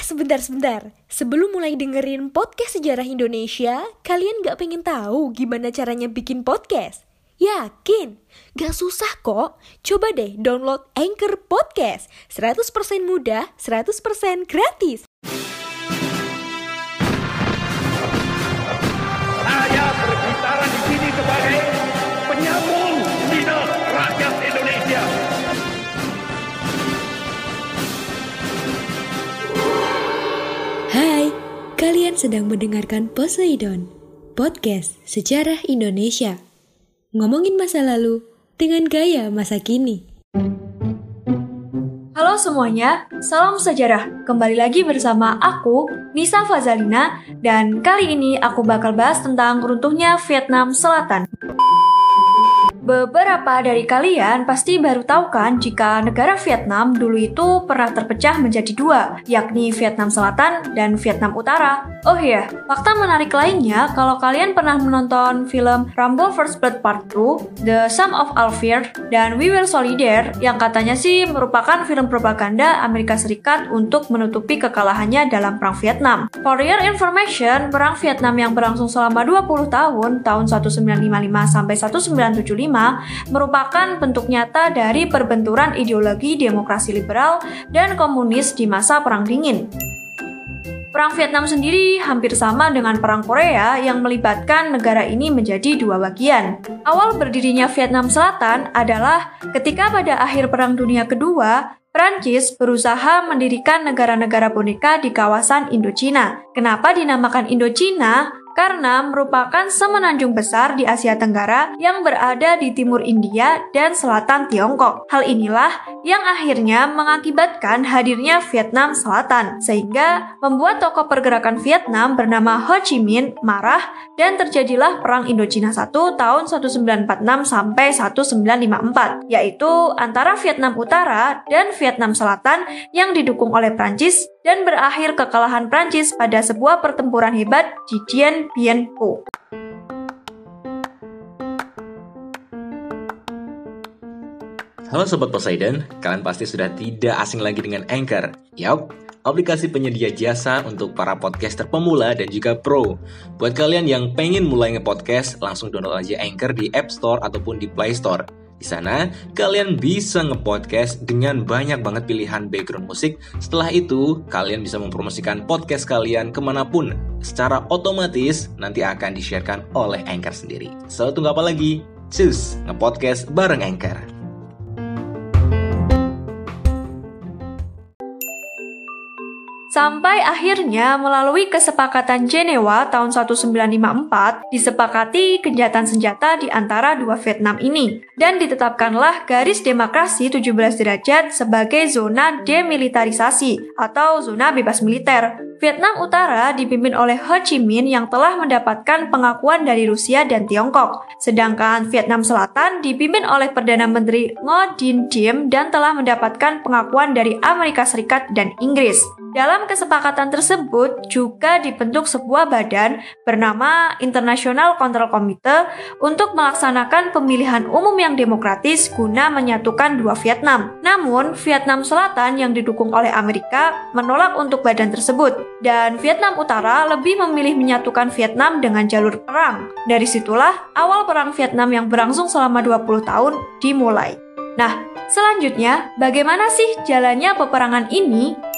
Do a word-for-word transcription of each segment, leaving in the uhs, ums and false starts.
sebentar-sebentar. Sebelum mulai dengerin podcast sejarah Indonesia, kalian gak pengen tahu gimana caranya bikin podcast? Yakin? Gak susah kok. Coba deh download Anchor Podcast. seratus persen mudah, seratus persen gratis. Saya berbicara di sini sebagai penyambung lidah rakyat Indonesia. Hai, kalian sedang mendengarkan Poseidon, podcast sejarah Indonesia. Ngomongin masa lalu dengan gaya masa kini. Halo semuanya, salam sejarah. Kembali lagi bersama aku, Nisa Fazalina, dan kali ini aku bakal bahas tentang runtuhnya Vietnam Selatan. Beberapa dari kalian pasti baru tahu kan jika negara Vietnam dulu itu pernah terpecah menjadi dua, yakni Vietnam Selatan dan Vietnam Utara. Oh iya, fakta menarik lainnya kalau kalian pernah menonton film Rambo First Blood Part dua, The Sum of All Fear, dan We Were Soldier yang katanya sih merupakan film propaganda Amerika Serikat untuk menutupi kekalahannya dalam Perang Vietnam. For your information, Perang Vietnam yang berlangsung selama dua puluh tahun, tahun seribu sembilan ratus lima puluh lima sampai seribu sembilan ratus tujuh puluh lima, merupakan bentuk nyata dari perbenturan ideologi demokrasi liberal dan komunis di masa Perang Dingin. Perang Vietnam sendiri hampir sama dengan Perang Korea yang melibatkan negara ini menjadi dua bagian. Awal berdirinya Vietnam Selatan adalah ketika pada akhir Perang Dunia Kedua, Prancis berusaha mendirikan negara-negara boneka di kawasan Indochina. Kenapa dinamakan Indochina? Karena merupakan semenanjung besar di Asia Tenggara yang berada di timur India dan selatan Tiongkok. Hal inilah yang akhirnya mengakibatkan hadirnya Vietnam Selatan, sehingga membuat tokoh pergerakan Vietnam bernama Ho Chi Minh marah dan terjadilah Perang Indochina satu tahun seribu sembilan ratus empat puluh enam sampai seribu sembilan ratus lima puluh empat, yaitu antara Vietnam Utara dan Vietnam Selatan yang didukung oleh Prancis dan berakhir kekalahan Prancis pada sebuah pertempuran hebat di Dien Bien Phu. Halo Sobat Poseidon, kalian pasti sudah tidak asing lagi dengan Anchor. Yap, aplikasi penyedia jasa untuk para podcaster pemula dan juga pro. Buat kalian yang pengen mulai nge-podcast, langsung download aja Anchor di App Store ataupun di Play Store. Di sana, kalian bisa nge-podcast dengan banyak banget pilihan background musik. Setelah itu, kalian bisa mempromosikan podcast kalian kemanapun. Secara otomatis, nanti akan di-sharekan oleh Anchor sendiri. So, tunggu apa lagi? Cus, nge-podcast bareng Anchor. Sampai akhirnya melalui kesepakatan Jenewa tahun seribu sembilan ratus lima puluh empat, disepakati gencatan senjata di antara dua Vietnam ini, dan ditetapkanlah garis demarkasi tujuh belas derajat sebagai zona demilitarisasi atau zona bebas militer. Vietnam Utara dipimpin oleh Ho Chi Minh yang telah mendapatkan pengakuan dari Rusia dan Tiongkok, sedangkan Vietnam Selatan dipimpin oleh Perdana Menteri Ngo Dinh Diem dan telah mendapatkan pengakuan dari Amerika Serikat dan Inggris. Dalam kesepakatan tersebut juga dibentuk sebuah badan bernama International Control Committee untuk melaksanakan pemilihan umum yang demokratis guna menyatukan dua Vietnam. Namun, Vietnam Selatan yang didukung oleh Amerika menolak untuk badan tersebut, dan Vietnam Utara lebih memilih menyatukan Vietnam dengan jalur perang. Dari situlah awal Perang Vietnam yang berlangsung selama dua puluh tahun dimulai. Nah, selanjutnya bagaimana sih jalannya peperangan ini?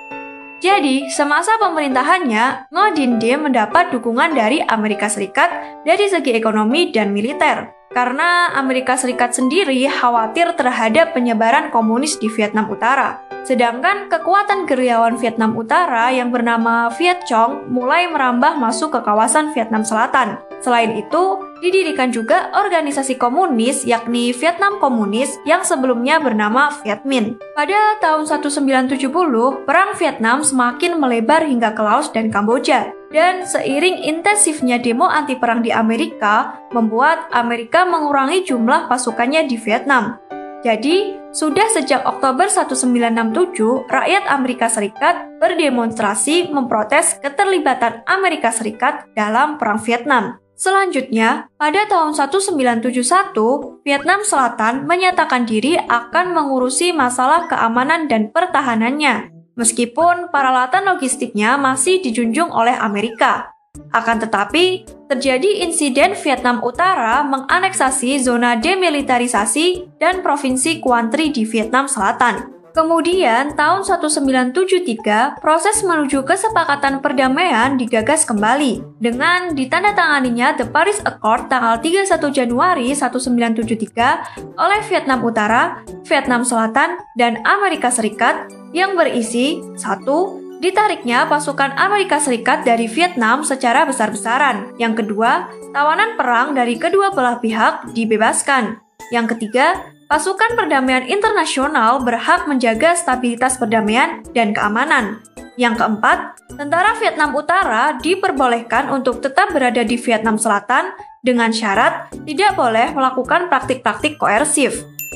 Jadi, semasa pemerintahannya, Ngo Dinh Diem mendapat dukungan dari Amerika Serikat dari segi ekonomi dan militer. Karena Amerika Serikat sendiri khawatir terhadap penyebaran komunis di Vietnam Utara. Sedangkan kekuatan gerilyawan Vietnam Utara yang bernama Viet Cong mulai merambah masuk ke kawasan Vietnam Selatan. Selain itu, didirikan juga organisasi komunis yakni Vietnam Komunis yang sebelumnya bernama Viet Minh. Pada tahun seribu sembilan ratus tujuh puluh, Perang Vietnam semakin melebar hingga ke Laos dan Kamboja. Dan seiring intensifnya demo anti-perang di Amerika, membuat Amerika mengurangi jumlah pasukannya di Vietnam. Jadi, sudah sejak Oktober seribu sembilan ratus enam puluh tujuh, rakyat Amerika Serikat berdemonstrasi memprotes keterlibatan Amerika Serikat dalam Perang Vietnam. Selanjutnya, pada tahun seribu sembilan ratus tujuh puluh satu, Vietnam Selatan menyatakan diri akan mengurusi masalah keamanan dan pertahanannya. meskipun peralatan logistiknya masih dijunjung oleh Amerika. Akan tetapi, terjadi insiden Vietnam Utara menganeksasi zona demilitarisasi dan provinsi Quang Tri di Vietnam Selatan. Kemudian, tahun seribu sembilan ratus tujuh puluh tiga, proses menuju kesepakatan perdamaian digagas kembali dengan ditandatanganinya The Paris Accord tanggal tiga puluh satu Januari seribu sembilan ratus tujuh puluh tiga oleh Vietnam Utara, Vietnam Selatan, dan Amerika Serikat yang berisi satu. Ditariknya pasukan Amerika Serikat dari Vietnam secara besar-besaran. Yang kedua, tawanan perang dari kedua belah pihak dibebaskan. Yang ketiga, pasukan perdamaian internasional berhak menjaga stabilitas perdamaian dan keamanan. Yang keempat, tentara Vietnam Utara diperbolehkan untuk tetap berada di Vietnam Selatan dengan syarat tidak boleh melakukan praktik-praktik koersif.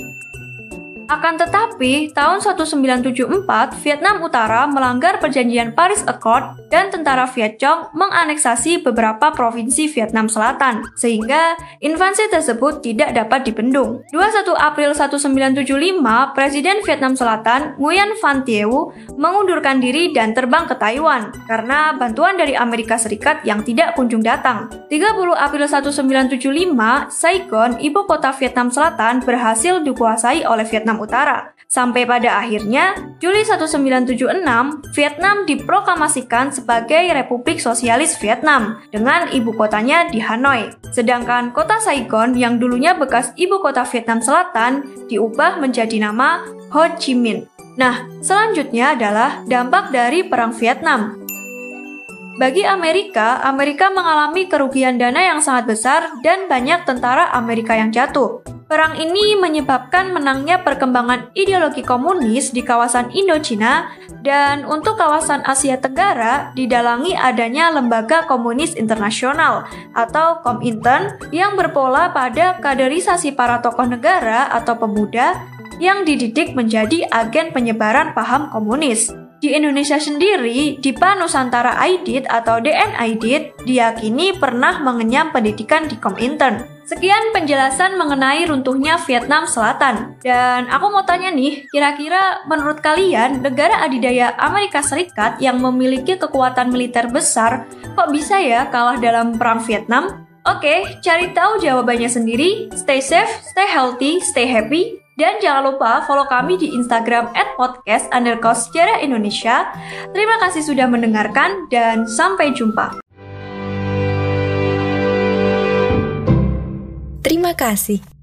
Akan tetapi, tahun seribu sembilan ratus tujuh puluh empat, Vietnam Utara melanggar perjanjian Paris Accord dan tentara Viet Cong menganeksasi beberapa provinsi Vietnam Selatan, sehingga invasi tersebut tidak dapat dibendung. dua puluh satu April seribu sembilan ratus tujuh puluh lima, Presiden Vietnam Selatan, Nguyen Van Thieu, mengundurkan diri dan terbang ke Taiwan karena bantuan dari Amerika Serikat yang tidak kunjung datang. tiga puluh April seribu sembilan ratus tujuh puluh lima, Saigon, ibu kota Vietnam Selatan, berhasil dikuasai oleh Vietnam Utara. Sampai pada akhirnya, Juli seribu sembilan ratus tujuh puluh enam, Vietnam diproklamasikan sebagai Republik Sosialis Vietnam dengan ibu kotanya di Hanoi. Sedangkan kota Saigon yang dulunya bekas ibu kota Vietnam Selatan diubah menjadi nama Ho Chi Minh. Nah, selanjutnya adalah dampak dari Perang Vietnam. Bagi Amerika, Amerika mengalami kerugian dana yang sangat besar dan banyak tentara Amerika yang jatuh. Perang ini menyebabkan menangnya perkembangan ideologi komunis di kawasan Indochina dan untuk kawasan Asia Tenggara didalangi adanya Lembaga Komunis Internasional atau Komintern yang berpola pada kaderisasi para tokoh negara atau pemuda yang dididik menjadi agen penyebaran paham komunis. Di Indonesia sendiri, D I P A Nusantara Aidit atau D N Aidit diyakini pernah mengenyam pendidikan di Komintern. Sekian penjelasan mengenai runtuhnya Vietnam Selatan. Dan aku mau tanya nih, kira-kira menurut kalian negara adidaya Amerika Serikat yang memiliki kekuatan militer besar kok bisa ya kalah dalam Perang Vietnam? Oke, cari tahu jawabannya sendiri. Stay safe, stay healthy, stay happy. Dan jangan lupa follow kami di Instagram at podcast underscore sejarah Indonesia. Terima kasih sudah mendengarkan dan sampai jumpa. Terima kasih.